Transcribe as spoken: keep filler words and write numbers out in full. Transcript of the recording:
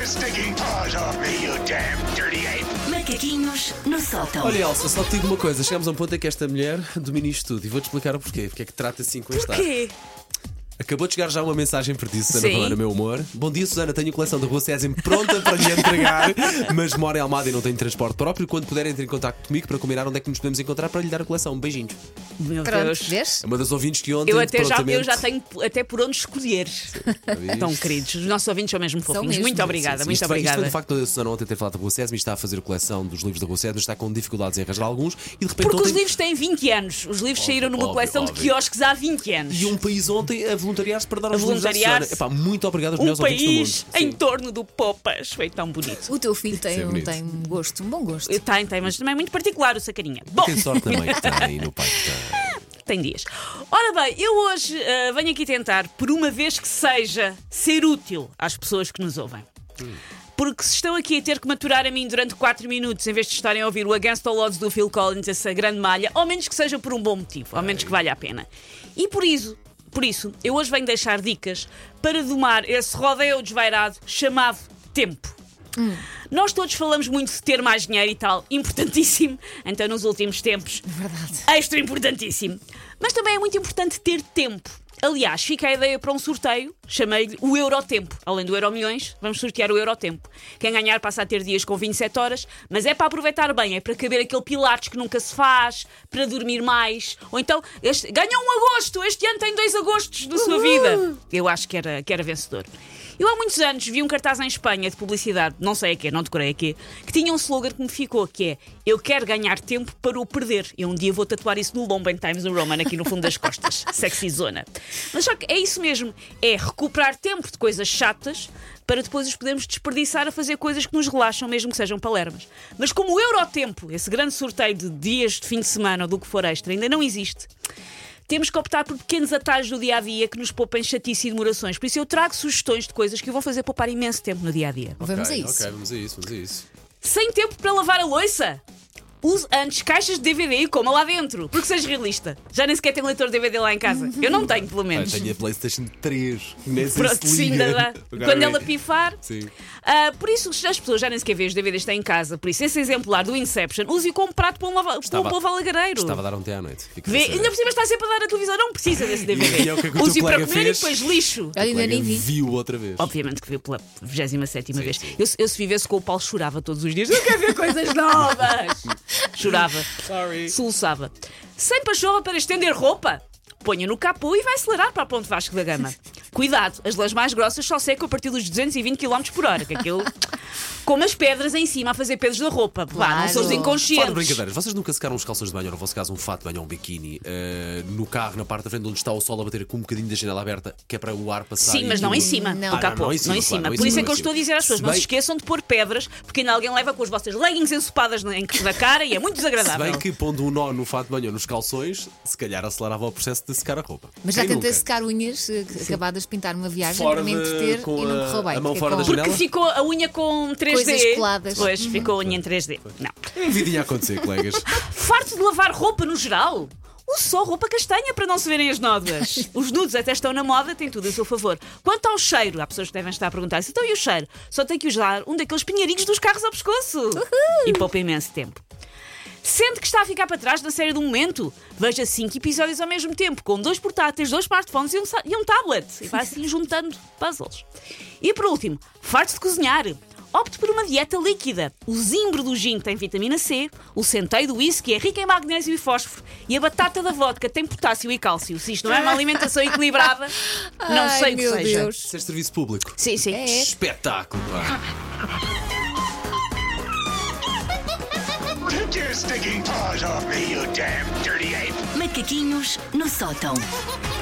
your stinking paws off me, you damn dirty ape! Macaquinhos no sótão. Olha, Elsa, só te digo uma coisa. Chegamos a um ponto em que esta mulher domina isto tudo. E vou-te explicar o porquê. Porque é que trata assim com este ar. Porquê? Acabou de chegar já uma mensagem para ti, Susana Sim. Romana, meu amor. Bom dia, Susana. Tenho a coleção da Rua Sésamo pronta para lhe entregar, mas moro em Almada e não tenho transporte próprio. Quando puder, entre em contato comigo para combinar onde é que nos podemos encontrar para lhe dar a coleção. Beijinhos. Meu Pronto, Deus. vês? É uma das ouvintes que ontem Eu até já, prontamente... eu já tenho até por onde escolher. Viste? Tão queridos. Os nossos ouvintes são mesmo fofinhos. mesmo. Muito obrigada, Sim, muito isto, foi- isto obrigada. foi do facto da Susana ontem ter falado da Rua Sésamo e está a fazer a coleção dos livros da Rua Sésamo, está com dificuldades em arranjar alguns e de repente Porque ontem... os livros têm vinte anos. Os livros saíram numa óbvio, coleção óbvio. de quiosques há vinte anos. E um país ontem a voluntariar-se para dar aos livros à voluntariar-se. Susana. Epá, muito obrigado aos Um meus ouvintes do país mundo. em torno do Popas. Foi tão bonito. O teu filho tem, Isso é um, bonito. tem um gosto, um bom gosto. Tem, tem, mas também é muito particular o sacarinha. Bom, Tem sorte também que tem no pai que tem. tem dias. Ora bem, eu hoje ah, venho aqui tentar, por uma vez que seja, ser útil às pessoas que nos ouvem. Porque se estão aqui a ter que maturar a mim durante quatro minutos em vez de estarem a ouvir o Against All Odds do Phil Collins, essa grande malha, ao menos que seja por um bom motivo, ao menos que valha a pena. E por isso, por isso, eu hoje venho deixar dicas para domar esse rodeio desvairado chamado tempo. Nós todos falamos muito de ter mais dinheiro e tal, importantíssimo. Então, nos últimos tempos, Verdade. extra importantíssimo. Mas também é muito importante ter tempo. Aliás, fica a ideia para um sorteio, chamei-lhe o Eurotempo. Além do Euromilhões, vamos sortear o Eurotempo. Quem ganhar passa a ter dias com vinte e sete horas, mas é para aproveitar bem, é para caber aquele pilates que nunca se faz, para dormir mais. Ou então, este, ganha um agosto, este ano tem dois agostos da sua vida. Eu acho que era, que era vencedor. Eu há muitos anos vi um cartaz em Espanha de publicidade, não sei a quê, não decorei a quê, que tinha um slogan que me ficou, que é: eu quero ganhar tempo para o perder. Eu um dia vou tatuar isso no lombo em Times New Roman, aqui no fundo das costas. Sexy zona. Mas só que é isso mesmo, é recuperar tempo de coisas chatas para depois os podermos desperdiçar a fazer coisas que nos relaxam, mesmo que sejam palermas. Mas como o Eurotempo, esse grande sorteio de dias de fim de semana ou do que for extra, ainda não existe, temos que optar por pequenos atalhos do dia-a-dia que nos poupem chatice e demorações. Por isso eu trago sugestões de coisas que vão fazer poupar imenso tempo no dia-a-dia. Vamos Ok, a isso. Ok, vamos a isso, vamos a isso. Sem tempo para lavar a louça? Use antes caixas de D V D e coma lá dentro. Porque seja realista, já nem sequer tenho leitor de D V D lá em casa. Eu não tenho, pelo Pai, menos. tenho a PlayStation três, nem sei Pronto, se sim, liga. ainda dá. Agora Quando é- ela pifar. Sim. Ah, por isso, as pessoas já nem sequer veem os D V Ds que têm em casa. Por isso, esse exemplar do Inception, use-o como prato para um, lava... Estava- para um povo alagareiro. Estava a dar ontem à noite. Fica Vê, a saber. ainda por cima está sempre a dar a televisão. Não precisa desse D V D. E é o que é que o teu Use-o para colega comer fez? e depois lixo. Olha, ainda nem vi. Viu outra vez. Obviamente que viu pela vigésima sétima Sim, vez. sim. Eu, eu se vivesse com o Paulo chorava todos os dias. Eu quero ver coisas novas. Chorava. Sorry. Soluçava. Sem pachorra para estender roupa? Ponha no capô e vai acelerar para a Ponte Vasco da Gama. Cuidado, as lãs mais grossas só secam a partir dos duzentos e vinte quilómetros por hora, que aquilo... Com as pedras em cima a fazer pedras da roupa. Vá, não Claro. são os Fora de inconscientes. brincadeiras, vocês nunca secaram os calções de banho, ou no vosso caso um fato de banho ou um biquíni, eh, no carro, na parte da frente onde está o sol a bater com um bocadinho da janela aberta, que é para o ar passar? Sim, e mas não aquilo- em cima Não. do Ah, capô. não, não em cima, Não em claro, cima. não em Por isso cima, é que eu não em estou a cima. dizer às pessoas: Se não se bem- esqueçam de pôr pedras, porque ainda alguém leva com as vossas leggings ensopadas na- em- na cara e é muito Se desagradável. bem que pondo um nó no fato de banho ou nos calções, se calhar acelerava o processo de secar a roupa. Mas já Quem tentei nunca? secar unhas eh, acabadas de pintar uma viagem Fora para me de- entreter com e não a- correu bem. a mão Fiquei fora com- da Porque janela? ficou a unha com três D. Coisas coladas. Pois, ficou a unha em três D. Não. É vidinha a acontecer, colegas. Farto de lavar roupa no geral? Use só roupa castanha para não se verem as nódoas. Os nudes até estão na moda, tem tudo a seu favor. Quanto ao cheiro, há pessoas que devem estar a perguntar-se: então e o cheiro? Só tem que usar um daqueles pinheirinhos dos carros ao pescoço. E poupa imenso tempo. Sente que está a ficar para trás na série do momento? Veja cinco episódios ao mesmo tempo, com dois portáteis, dois smartphones e um, sa- e um tablet. E vai assim juntando puzzles. E por último, farto de cozinhar. Opte por uma dieta líquida. O zimbro do gin tem vitamina C, o centeio do whisky é rico em magnésio e fósforo e a batata da vodka tem potássio e cálcio. Se isto não é uma alimentação equilibrada, não Ai, sei o que meu seja. Deus. Isso é serviço público. Sim, sim. É. Espetáculo, pá. Take your stinking paws off me, you damn dirty ape! Macaquinhos no sótão.